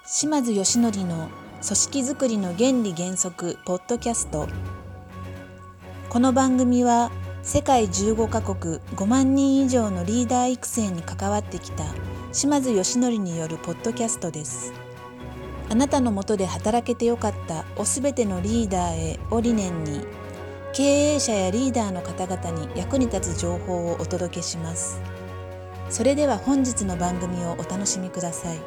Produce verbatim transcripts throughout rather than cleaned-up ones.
島津義則の組織づくりの原理原則ポッドキャスト。この番組は世界じゅうごカ国ごまんにん以上のリーダー育成に関わってきた島津義則によるポッドキャストです。あなたの下で働けてよかったおすべてのリーダーへを理念に、経営者やリーダーの方々に役に立つ情報をお届けします。それでは本日の番組をお楽しみください。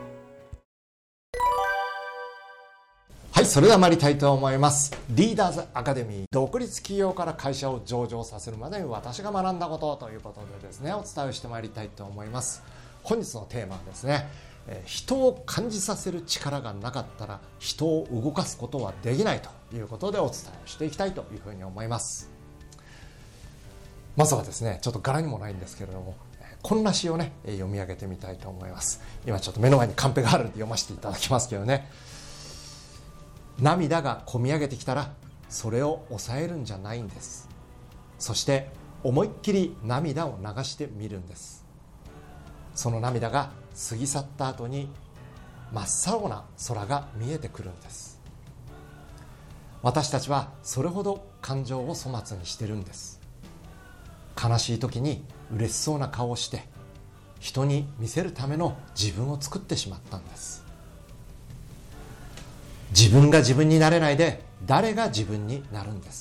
はい、それでは参りたいと思います。リーダーズアカデミー、独立企業から会社を上場させるまでに私が学んだことということでですね、お伝えしてまいりたいと思います。本日のテーマはですね、人を感じさせる力がなかったら人を動かすことはできないということでお伝えしていきたいというふうに思います。まずはですね、ちょっと柄にもないんですけれども、こんな詩をね読み上げてみたいと思います。今ちょっと目の前にカンペがあるんで読ませていただきますけどね。涙がこみ上げてきたらそれを抑えるんじゃないんです。そして思いっきり涙を流してみるんです。その涙が過ぎ去った後に真っ青な空が見えてくるんです。私たちはそれほど感情を粗末にしてるんです。悲しい時に嬉しそうな顔をして人に見せるための自分を作ってしまったんです。自分が自分になれないで誰が自分になるんです。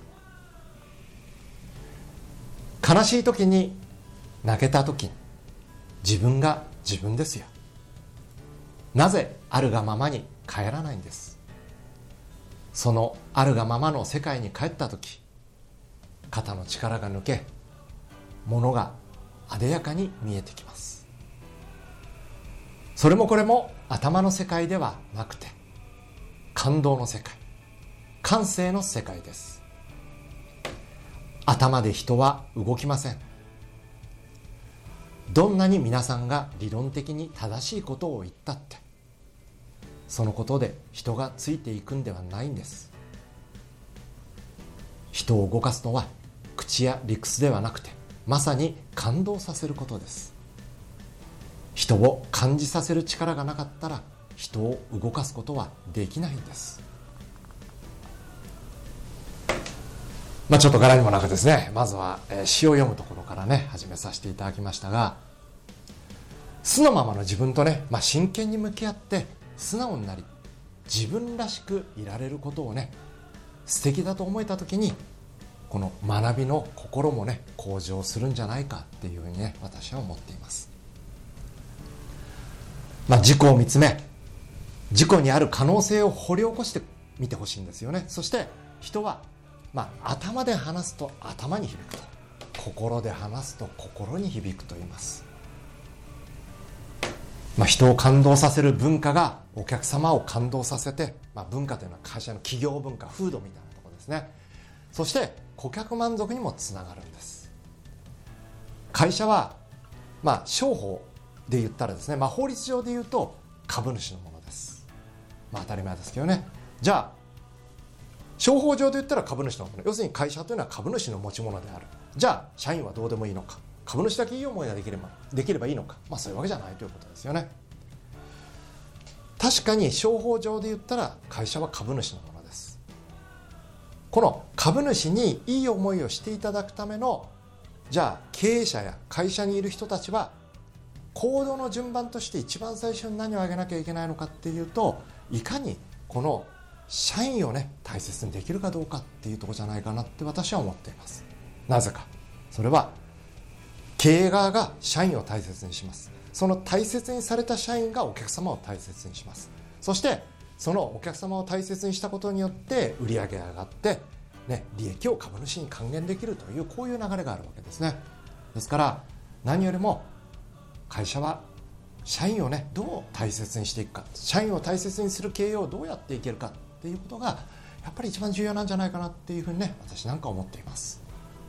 悲しい時に泣けた時に自分が自分ですよ。なぜあるがままに帰らないんです。そのあるがままの世界に帰った時、肩の力が抜け、物があでやかに見えてきます。それもこれも頭の世界ではなくて感動の世界、感性の世界です。頭で人は動きません。どんなに皆さんが理論的に正しいことを言ったってそのことで人がついていくんではないんです。人を動かすのは口や理屈ではなくてまさに感動させることです。人を感じさせる力がなかったら人を動かすことはできないんです。まあちょっと柄にもなくですね、まずは詩を読むところからね始めさせていただきましたが、素のままの自分とね、まあ、真剣に向き合って素直になり自分らしくいられることをね素敵だと思えた時にこの学びの心もね向上するんじゃないかっていうふうにね私は思っています。まあ自己を見つめ自己にある可能性を掘り起こしてみてほしいんですよね。そして人は、まあ、頭で話すと頭に響くと、心で話すと心に響くと言います。まあ、人を感動させる文化がお客様を感動させて、まあ、文化というのは会社の企業文化、風土みたいなところですね。そして顧客満足にもつながるんです。会社は、まあ、商法で言ったらですね、まあ、法律上で言うと株主のものです。まあ当たり前ですけどね。じゃあ商法上で言ったら株主のもの、要するに会社というのは株主の持ち物である。じゃあ社員はどうでもいいのか、株主だけいい思いができればできればいいのか、まあそういうわけじゃないということですよね。確かに商法上で言ったら会社は株主のものです。この株主にいい思いをしていただくための、じゃあ経営者や会社にいる人たちは行動の順番として一番最初に何をあげなきゃいけないのかっていうと、いかにこの社員をね大切にできるかどうかっていうところじゃないかなって私は思っています。なぜか、それは経営側が社員を大切にします。その大切にされた社員がお客様を大切にします。そしてそのお客様を大切にしたことによって売り上げが上がって、ね、利益を株主に還元できるというこういう流れがあるわけですね。ですから何よりも会社は社員をねどう大切にしていくか、社員を大切にする経営をどうやっていけるかっていうことがやっぱり一番重要なんじゃないかなっていうふうにね私なんか思っています。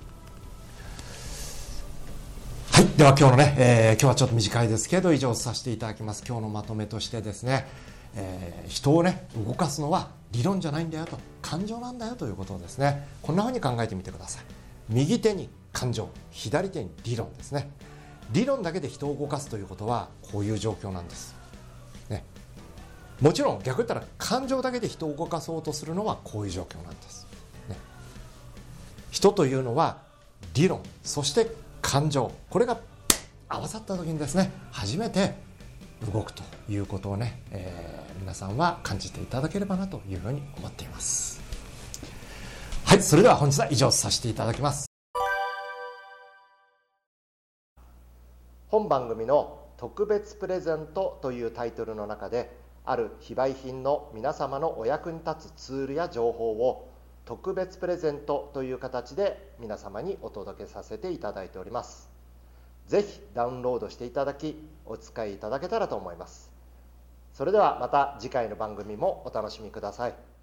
はい、では今日のね、えー、今日はちょっと短いですけど以上させていただきます。今日のまとめとしてですね、えー、人をね動かすのは理論じゃないんだよと、感情なんだよということをですね、こんなふうに考えてみてください。右手に感情、左手に理論ですね。理論だけで人を動かすということはこういう状況なんです、ね、 もちろん逆言ったら感情だけで人を動かそうとするのはこういう状況なんです、ね、人というのは理論そして感情、これが合わさった時にですね初めて動くということをね、えー、皆さんは感じていただければなというふうに思っています。はい、それでは本日は以上させていただきます。本番組の特別プレゼントというタイトルの中で、ある非売品の皆様のお役に立つツールや情報を特別プレゼントという形で皆様にお届けさせていただいております。ぜひダウンロードしていただきお使いいただけたらと思います。それではまた次回の番組もお楽しみください。